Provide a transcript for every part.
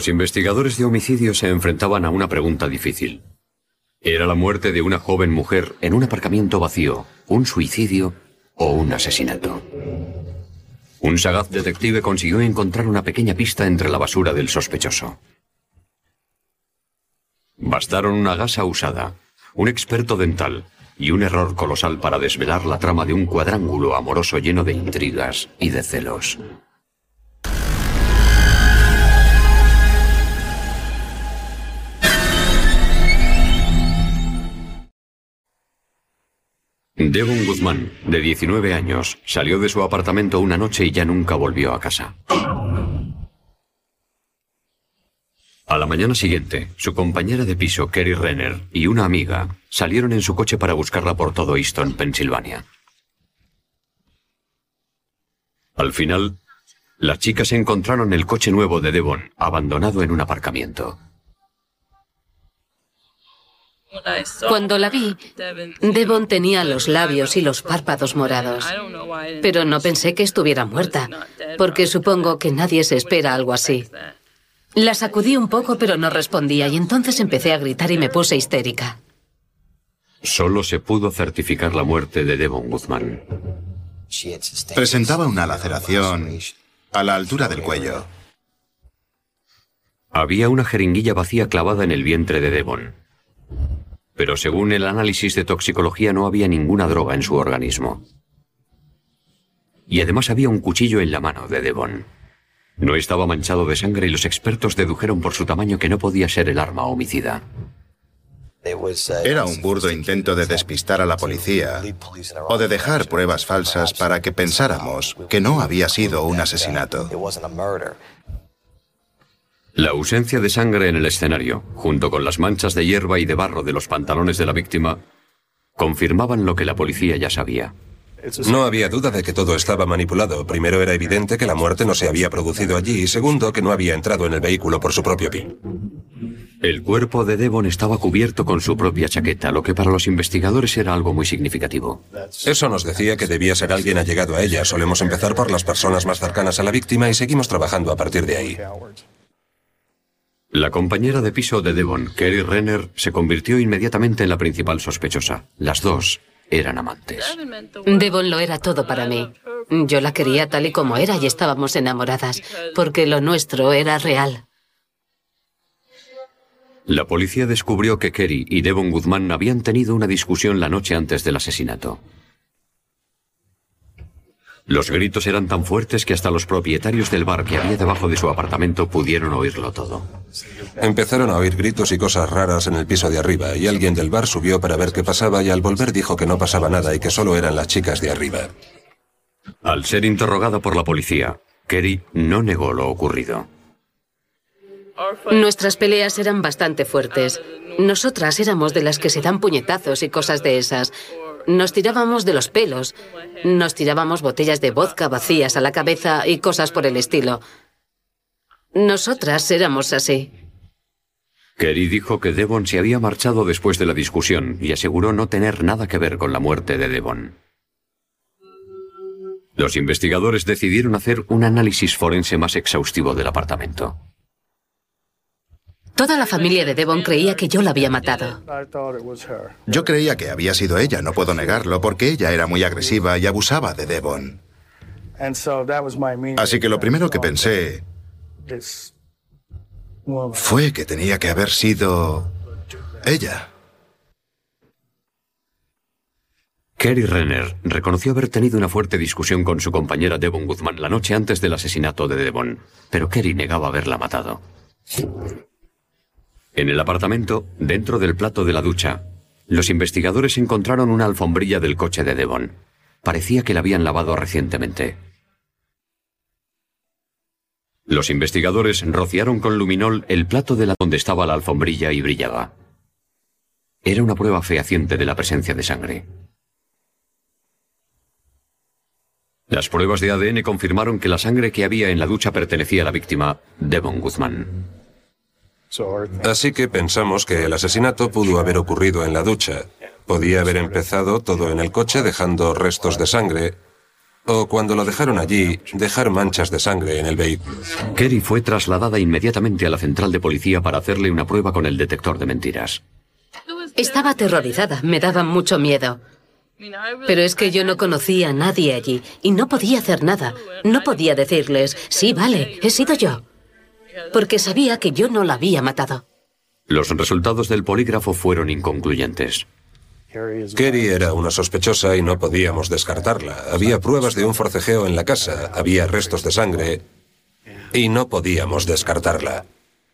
Los investigadores de homicidio se enfrentaban a una pregunta difícil. ¿Era la muerte de una joven mujer en un aparcamiento vacío un suicidio o un asesinato? Un sagaz detective consiguió encontrar una pequeña pista entre la basura del sospechoso. Bastaron una gasa usada, un experto dental y un error colosal para desvelar la trama de un cuadrángulo amoroso lleno de intrigas y de celos. Devon Guzmán, de 19 años, salió de su apartamento una noche y ya nunca volvió a casa. A la mañana siguiente, su compañera de piso, Kerry Renner, y una amiga salieron en su coche para buscarla por todo Easton, Pensilvania. Al final, las chicas encontraron el coche nuevo de Devon abandonado en un aparcamiento. Cuando la vi, Devon tenía los labios y los párpados morados. Pero no pensé que estuviera muerta, porque supongo que nadie se espera algo así. La sacudí un poco, pero no respondía, y entonces empecé a gritar y me puse histérica. Solo se pudo certificar la muerte de Devon Guzmán. Presentaba una laceración a la altura del cuello. Había una jeringuilla vacía clavada en el vientre de Devon. Pero según el análisis de toxicología no había ninguna droga en su organismo. Y además había un cuchillo en la mano de Devon. No estaba manchado de sangre y los expertos dedujeron por su tamaño que no podía ser el arma homicida. Era un burdo intento de despistar a la policía o de dejar pruebas falsas para que pensáramos que no había sido un asesinato. La ausencia de sangre en el escenario, junto con las manchas de hierba y de barro de los pantalones de la víctima, confirmaban lo que la policía ya sabía. No había duda de que todo estaba manipulado. Primero, era evidente que la muerte no se había producido allí, y segundo, que no había entrado en el vehículo por su propio pie. El cuerpo de Devon estaba cubierto con su propia chaqueta, lo que para los investigadores era algo muy significativo. Eso nos decía que debía ser alguien allegado a ella. Solemos empezar por las personas más cercanas a la víctima y seguimos trabajando a partir de ahí. La compañera de piso de Devon, Kerry Renner, se convirtió inmediatamente en la principal sospechosa. Las dos eran amantes. Devon lo era todo para mí. Yo la quería tal y como era y estábamos enamoradas, porque lo nuestro era real. La policía descubrió que Kerry y Devon Guzmán habían tenido una discusión la noche antes del asesinato. Los gritos eran tan fuertes que hasta los propietarios del bar que había debajo de su apartamento pudieron oírlo todo. Empezaron a oír gritos y cosas raras en el piso de arriba, y alguien del bar subió para ver qué pasaba y al volver dijo que no pasaba nada y que solo eran las chicas de arriba. Al ser interrogada por la policía, Kerry no negó lo ocurrido. Nuestras peleas eran bastante fuertes. Nosotras éramos de las que se dan puñetazos y cosas de esas. Nos tirábamos de los pelos, nos tirábamos botellas de vodka vacías a la cabeza y cosas por el estilo. Nosotras éramos así. Kerry dijo que Devon se había marchado después de la discusión y aseguró no tener nada que ver con la muerte de Devon. Los investigadores decidieron hacer un análisis forense más exhaustivo del apartamento. Toda la familia de Devon creía que yo la había matado. Yo creía que había sido ella, no puedo negarlo, porque ella era muy agresiva y abusaba de Devon. Así que lo primero que pensé fue que tenía que haber sido ella. Kerry Renner reconoció haber tenido una fuerte discusión con su compañera Devon Guzmán la noche antes del asesinato de Devon, pero Kerry negaba haberla matado. En el apartamento, dentro del plato de la ducha, los investigadores encontraron una alfombrilla del coche de Devon. Parecía que la habían lavado recientemente. Los investigadores rociaron con luminol el plato de donde estaba la alfombrilla y brillaba. Era una prueba fehaciente de la presencia de sangre. Las pruebas de ADN confirmaron que la sangre que había en la ducha pertenecía a la víctima, Devon Guzmán. Así que pensamos que el asesinato pudo haber ocurrido en la ducha. Podía haber empezado todo en el coche dejando restos de sangre o cuando lo dejaron allí, dejar manchas de sangre en el vehículo. Kerry fue trasladada inmediatamente a la central de policía para hacerle una prueba con el detector de mentiras. Estaba aterrorizada, me daba mucho miedo. Pero es que yo no conocía a nadie allí y no podía hacer nada. No podía decirles, sí, vale, he sido yo. Porque sabía que yo no la había matado. Los resultados del polígrafo fueron inconcluyentes. Kerry era una sospechosa y no podíamos descartarla. Había pruebas de un forcejeo en la casa, había restos de sangre y no podíamos descartarla.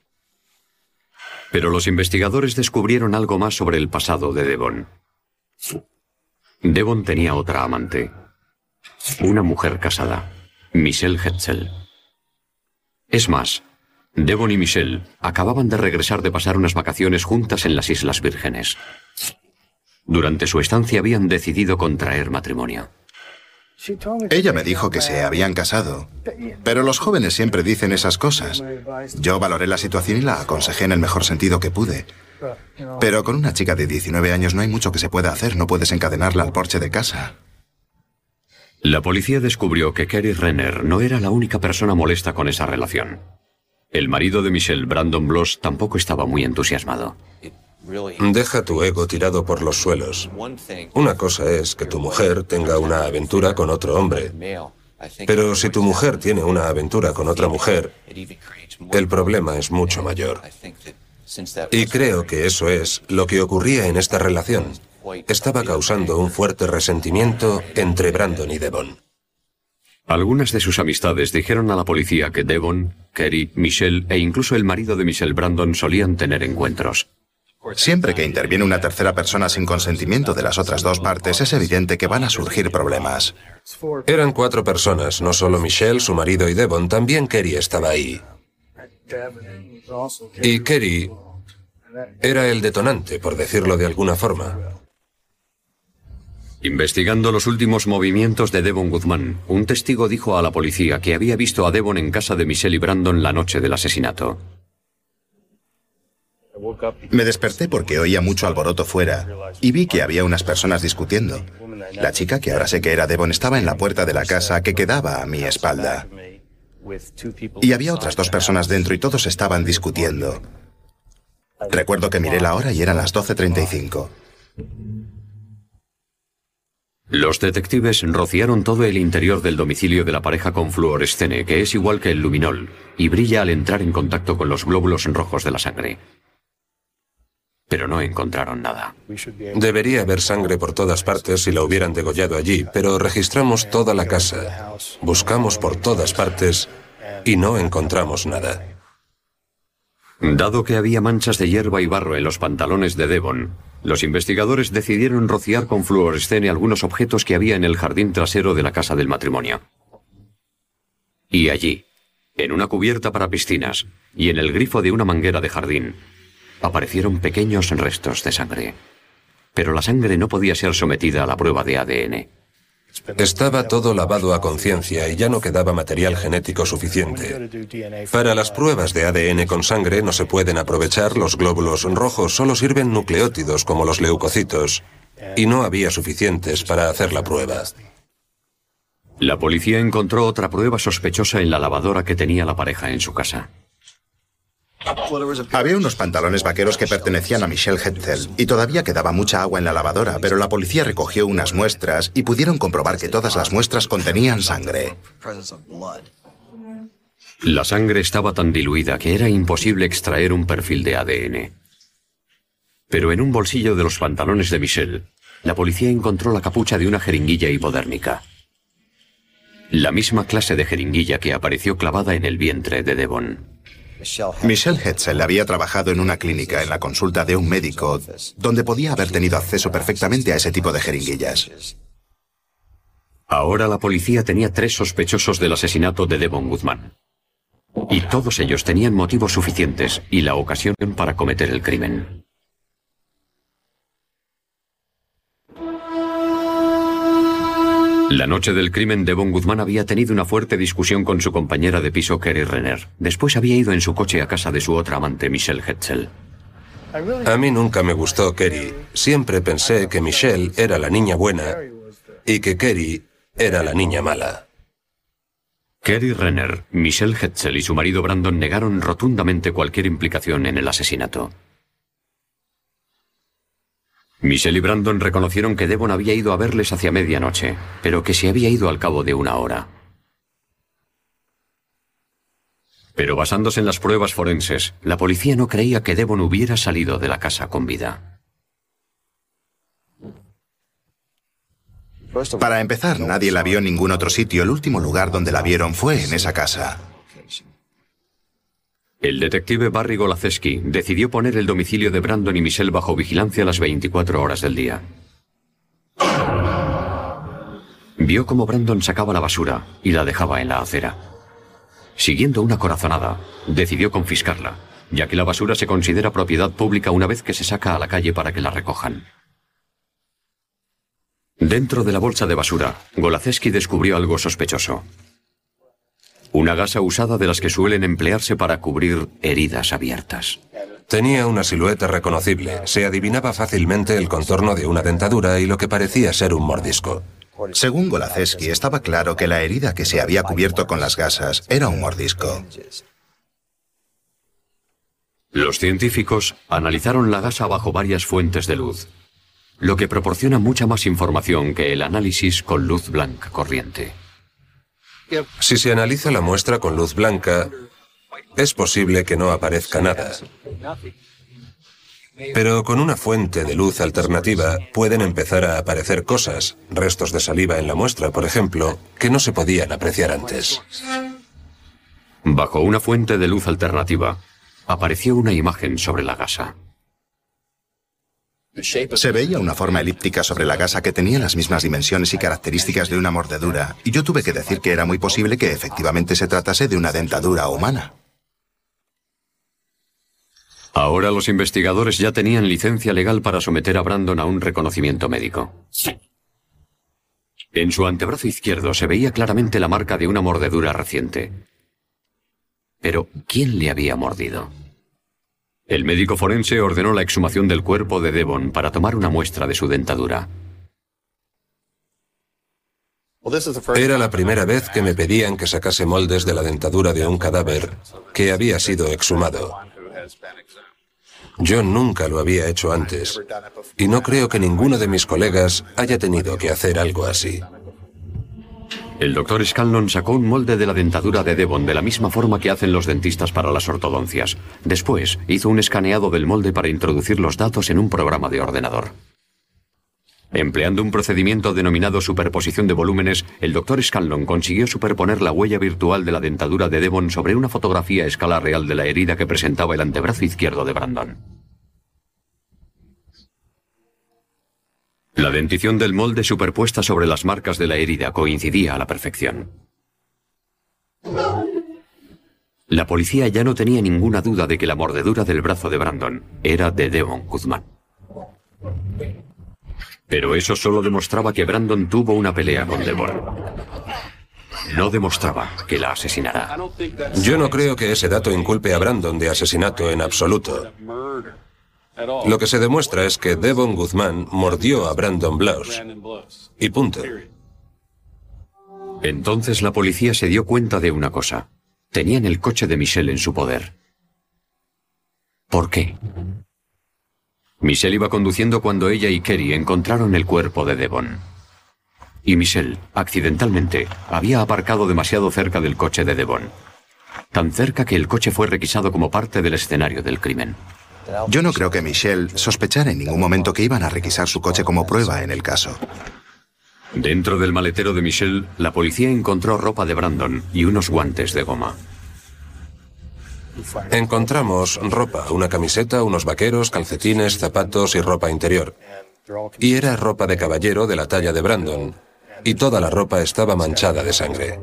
Pero los investigadores descubrieron algo más sobre el pasado de Devon. Devon tenía otra amante, una mujer casada, Michelle Hetzel. Es más, Devon y Michelle acababan de regresar de pasar unas vacaciones juntas en las Islas Vírgenes. Durante su estancia habían decidido contraer matrimonio. Ella me dijo que se habían casado, pero los jóvenes siempre dicen esas cosas. Yo valoré la situación y la aconsejé en el mejor sentido que pude. Pero con una chica de 19 años no hay mucho que se pueda hacer, no puedes encadenarla al porche de casa. La policía descubrió que Kerry Renner no era la única persona molesta con esa relación. El marido de Michelle, Brandon Bloss, tampoco estaba muy entusiasmado. Deja tu ego tirado por los suelos. Una cosa es que tu mujer tenga una aventura con otro hombre. Pero si tu mujer tiene una aventura con otra mujer, el problema es mucho mayor. Y creo que eso es lo que ocurría en esta relación. Estaba causando un fuerte resentimiento entre Brandon y Devon. Algunas de sus amistades dijeron a la policía que Devon, Kerry, Michelle e incluso el marido de Michelle, Brandon, solían tener encuentros. Siempre que interviene una tercera persona sin consentimiento de las otras dos partes, es evidente que van a surgir problemas. Eran 4 personas, no solo Michelle, su marido y Devon, también Kerry estaba ahí. Y Kerry era el detonante, por decirlo de alguna forma. Investigando los últimos movimientos de Devon Guzmán, un testigo dijo a la policía que había visto a Devon en casa de Michelle y Brandon la noche del asesinato. Me desperté porque oía mucho alboroto fuera y vi que había unas personas discutiendo. La chica, que ahora sé que era Devon, estaba en la puerta de la casa que quedaba a mi espalda. Y había otras 2 personas dentro y todos estaban discutiendo. Recuerdo que miré la hora y eran las 12:35. Los detectives rociaron todo el interior del domicilio de la pareja con fluorescene, que es igual que el luminol, y brilla al entrar en contacto con los glóbulos rojos de la sangre. Pero no encontraron nada. Debería haber sangre por todas partes si la hubieran degollado allí, pero registramos toda la casa. Buscamos por todas partes y no encontramos nada. Dado que había manchas de hierba y barro en los pantalones de Devon, los investigadores decidieron rociar con fluorescene algunos objetos que había en el jardín trasero de la casa del matrimonio. Y allí, en una cubierta para piscinas y en el grifo de una manguera de jardín, aparecieron pequeños restos de sangre. Pero la sangre no podía ser sometida a la prueba de ADN. Estaba todo lavado a conciencia y ya no quedaba material genético suficiente. Para las pruebas de ADN con sangre no se pueden aprovechar los glóbulos rojos, solo sirven nucleótidos como los leucocitos, y no había suficientes para hacer la prueba. La policía encontró otra prueba sospechosa en la lavadora que tenía la pareja en su casa. Había unos pantalones vaqueros que pertenecían a Michelle Hetzel y todavía quedaba mucha agua en la lavadora, pero la policía recogió unas muestras y pudieron comprobar que todas las muestras contenían sangre. La sangre estaba tan diluida que era imposible extraer un perfil de ADN. Pero en un bolsillo de los pantalones de Michelle, la policía encontró la capucha de una jeringuilla hipodérmica. La misma clase de jeringuilla que apareció clavada en el vientre de Devon. Michelle Hetzel había trabajado en una clínica en la consulta de un médico donde podía haber tenido acceso perfectamente a ese tipo de jeringuillas. Ahora la policía tenía 3 sospechosos del asesinato de Devon Guzmán. Y todos ellos tenían motivos suficientes y la ocasión para cometer el crimen. La noche del crimen, Devon Guzmán había tenido una fuerte discusión con su compañera de piso, Kerry Renner. Después había ido en su coche a casa de su otra amante, Michelle Hetzel. A mí nunca me gustó Kerry. Siempre pensé que Michelle era la niña buena y que Kerry era la niña mala. Kerry Renner, Michelle Hetzel y su marido Brandon negaron rotundamente cualquier implicación en el asesinato. Michelle y Brandon reconocieron que Devon había ido a verles hacia medianoche, pero que se había ido al cabo de una hora. Pero basándose en las pruebas forenses, la policía no creía que Devon hubiera salido de la casa con vida. Para empezar, nadie la vio en ningún otro sitio. El último lugar donde la vieron fue en esa casa. El detective Barry Golaczewski decidió poner el domicilio de Brandon y Michelle bajo vigilancia las 24 horas del día. Vio cómo Brandon sacaba la basura y la dejaba en la acera. Siguiendo una corazonada, decidió confiscarla, ya que la basura se considera propiedad pública una vez que se saca a la calle para que la recojan. Dentro de la bolsa de basura, Golaczewski descubrió algo sospechoso. Una gasa usada de las que suelen emplearse para cubrir heridas abiertas. Tenía una silueta reconocible. Se adivinaba fácilmente el contorno de una dentadura y lo que parecía ser un mordisco. Según Golaczewski, estaba claro que la herida que se había cubierto con las gasas era un mordisco. Los científicos analizaron la gasa bajo varias fuentes de luz, lo que proporciona mucha más información que el análisis con luz blanca corriente. Si se analiza la muestra con luz blanca, es posible que no aparezca nada. Pero con una fuente de luz alternativa pueden empezar a aparecer cosas, restos de saliva en la muestra, por ejemplo, que no se podían apreciar antes. Bajo una fuente de luz alternativa, apareció una imagen sobre la gasa. Se veía una forma elíptica sobre la gasa que tenía las mismas dimensiones y características de una mordedura, y yo tuve que decir que era muy posible que efectivamente se tratase de una dentadura humana. Ahora los investigadores ya tenían licencia legal para someter a Brandon a un reconocimiento médico. En su antebrazo izquierdo se veía claramente la marca de una mordedura reciente. Pero, ¿quién le había mordido? El médico forense ordenó la exhumación del cuerpo de Devon para tomar una muestra de su dentadura. Era la primera vez que me pedían que sacase moldes de la dentadura de un cadáver que había sido exhumado. Yo nunca lo había hecho antes, y no creo que ninguno de mis colegas haya tenido que hacer algo así. El doctor Scanlon sacó un molde de la dentadura de Devon de la misma forma que hacen los dentistas para las ortodoncias. Después, hizo un escaneado del molde para introducir los datos en un programa de ordenador. Empleando un procedimiento denominado superposición de volúmenes, el doctor Scanlon consiguió superponer la huella virtual de la dentadura de Devon sobre una fotografía a escala real de la herida que presentaba el antebrazo izquierdo de Brandon. La dentición del molde superpuesta sobre las marcas de la herida coincidía a la perfección. La policía ya no tenía ninguna duda de que la mordedura del brazo de Brandon era de Devon Guzmán. Pero eso solo demostraba que Brandon tuvo una pelea con Devon. No demostraba que la asesinara. Yo no creo que ese dato inculpe a Brandon de asesinato en absoluto. Lo que se demuestra es que Devon Guzmán mordió a Brandon Blouse. Y punto. Entonces la policía se dio cuenta de una cosa. Tenían el coche de Michelle en su poder. ¿Por qué? Michelle iba conduciendo cuando ella y Kerry encontraron el cuerpo de Devon. Y Michelle, accidentalmente, había aparcado demasiado cerca del coche de Devon. Tan cerca que el coche fue requisado como parte del escenario del crimen. Yo no creo que Michelle sospechara en ningún momento que iban a requisar su coche como prueba en el caso. Dentro del maletero de Michelle, la policía encontró ropa de Brandon y unos guantes de goma. Encontramos ropa, una camiseta, unos vaqueros, calcetines, zapatos y ropa interior. Y era ropa de caballero de la talla de Brandon. Y toda la ropa estaba manchada de sangre.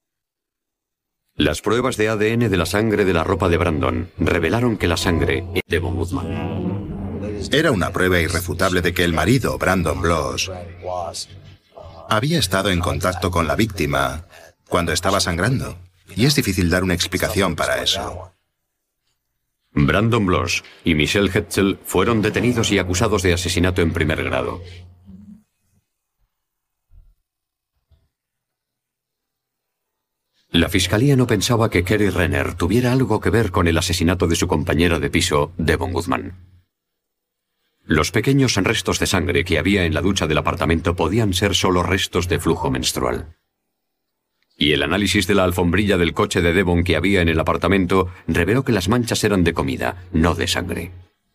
Las pruebas de ADN de la sangre de la ropa de Brandon revelaron que la sangre era de Devon Guzmán. Era una prueba irrefutable de que el marido, Brandon Blouse, había estado en contacto con la víctima cuando estaba sangrando. Y es difícil dar una explicación para eso. Brandon Blouse y Michelle Hetzel fueron detenidos y acusados de asesinato en primer grado. La fiscalía no pensaba que Kerry Renner tuviera algo que ver con el asesinato de su compañera de piso, Devon Guzmán. Los pequeños restos de sangre que había en la ducha del apartamento podían ser solo restos de flujo menstrual. Y el análisis de la alfombrilla del coche de Devon que había en el apartamento reveló que las manchas eran de comida, no de sangre.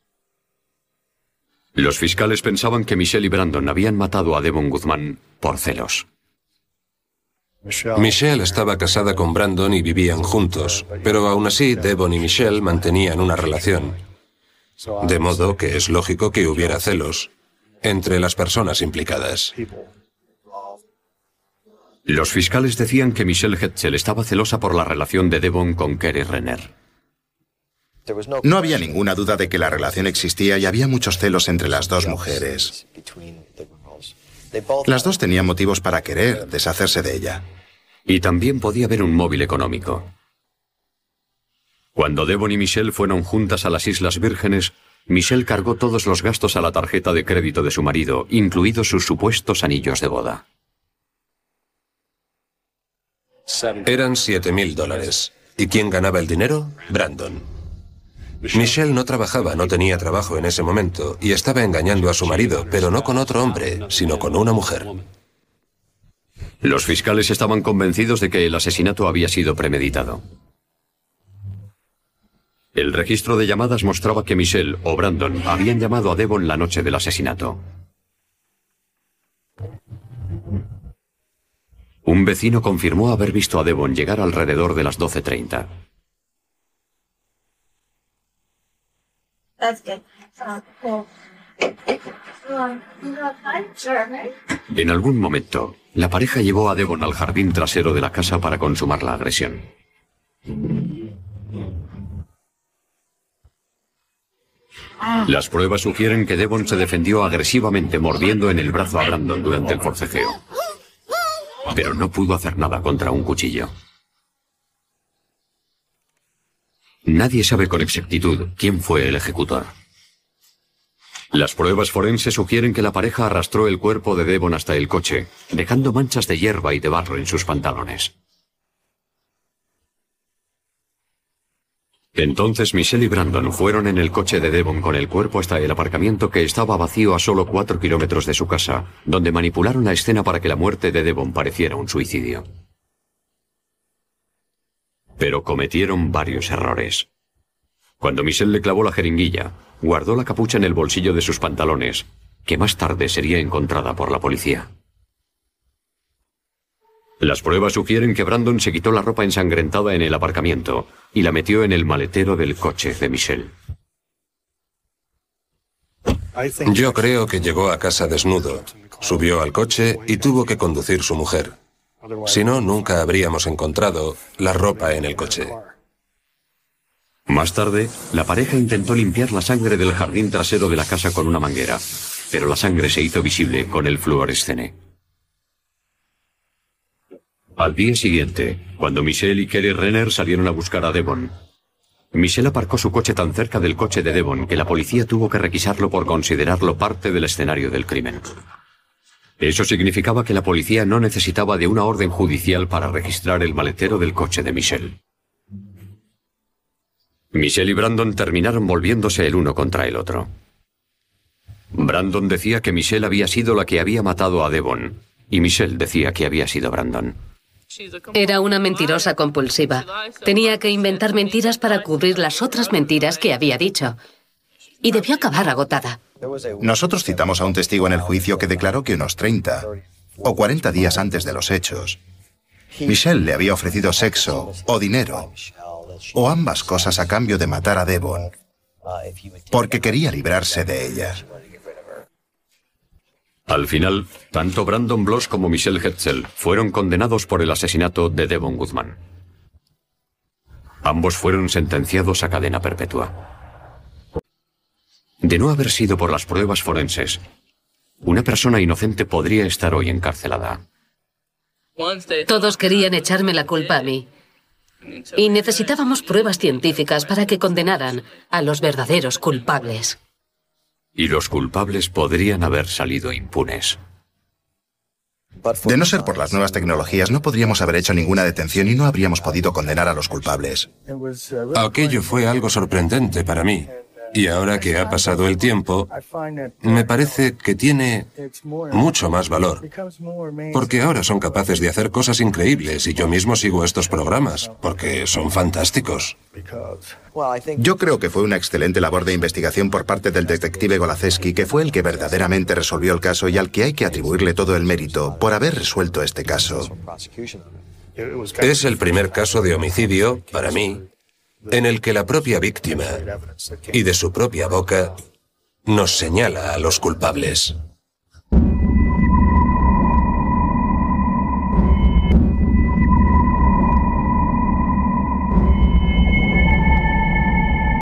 Los fiscales pensaban que Michelle y Brandon habían matado a Devon Guzmán por celos. Michelle estaba casada con Brandon y vivían juntos, pero aún así Devon y Michelle mantenían una relación. De modo que es lógico que hubiera celos entre las personas implicadas. Los fiscales decían que Michelle Hetzel estaba celosa por la relación de Devon con Kerry Renner. No había ninguna duda de que la relación existía y había muchos celos entre las dos mujeres. Las dos tenían motivos para querer deshacerse de ella. Y también podía haber un móvil económico. Cuando Devon y Michelle fueron juntas a las Islas Vírgenes, Michelle cargó todos los gastos a la tarjeta de crédito de su marido, incluidos sus supuestos anillos de boda. Eran $7,000. ¿Y quién ganaba el dinero? Brandon. Michelle no trabajaba, no tenía trabajo en ese momento y estaba engañando a su marido, pero no con otro hombre, sino con una mujer. Los fiscales estaban convencidos de que el asesinato había sido premeditado. El registro de llamadas mostraba que Michelle o Brandon habían llamado a Devon la noche del asesinato. Un vecino confirmó haber visto a Devon llegar alrededor de las 12:30. En algún momento, la pareja llevó a Devon al jardín trasero de la casa para consumar la agresión. Las pruebas sugieren que Devon se defendió agresivamente mordiendo en el brazo a Brandon durante el forcejeo. Pero no pudo hacer nada contra un cuchillo. Nadie sabe con exactitud quién fue el ejecutor. Las pruebas forenses sugieren que la pareja arrastró el cuerpo de Devon hasta el coche, dejando manchas de hierba y de barro en sus pantalones. Entonces Michelle y Brandon fueron en el coche de Devon con el cuerpo hasta el aparcamiento que estaba vacío a solo 4 kilómetros de su casa, donde manipularon la escena para que la muerte de Devon pareciera un suicidio. Pero cometieron varios errores. Cuando Michelle le clavó la jeringuilla, guardó la capucha en el bolsillo de sus pantalones, que más tarde sería encontrada por la policía. Las pruebas sugieren que Brandon se quitó la ropa ensangrentada en el aparcamiento y la metió en el maletero del coche de Michelle. Yo creo que llegó a casa desnudo, subió al coche y tuvo que conducir su mujer. Si no, nunca habríamos encontrado la ropa en el coche. Más tarde, la pareja intentó limpiar la sangre del jardín trasero de la casa con una manguera, pero la sangre se hizo visible con el fluorescene. Al día siguiente, cuando Michelle y Kerry Renner salieron a buscar a Devon, Michelle aparcó su coche tan cerca del coche de Devon que la policía tuvo que requisarlo por considerarlo parte del escenario del crimen. Eso significaba que la policía no necesitaba de una orden judicial para registrar el maletero del coche de Michelle. Michelle y Brandon terminaron volviéndose el uno contra el otro. Brandon decía que Michelle había sido la que había matado a Devon, y Michelle decía que había sido Brandon. Era una mentirosa compulsiva. Tenía que inventar mentiras para cubrir las otras mentiras que había dicho. Y debió acabar agotada. Nosotros citamos a un testigo en el juicio que declaró que unos 30 o 40 días antes de los hechos, Michelle le había ofrecido sexo o dinero, o ambas cosas a cambio de matar a Devon, porque quería librarse de ella. Al final, tanto Brandon Bloss como Michelle Hetzel fueron condenados por el asesinato de Devon Guzmán. Ambos fueron sentenciados a cadena perpetua. De no haber sido por las pruebas forenses, una persona inocente podría estar hoy encarcelada. Todos querían echarme la culpa a mí. Y necesitábamos pruebas científicas para que condenaran a los verdaderos culpables. Y los culpables podrían haber salido impunes. De no ser por las nuevas tecnologías, no podríamos haber hecho ninguna detención y no habríamos podido condenar a los culpables. Aquello fue algo sorprendente para mí. Y ahora que ha pasado el tiempo, me parece que tiene mucho más valor. Porque ahora son capaces de hacer cosas increíbles y yo mismo sigo estos programas, porque son fantásticos. Yo creo que fue una excelente labor de investigación por parte del detective Golaczewski, que fue el que verdaderamente resolvió el caso y al que hay que atribuirle todo el mérito por haber resuelto este caso. Es el primer caso de homicidio, para mí, en el que la propia víctima y de su propia boca nos señala a los culpables.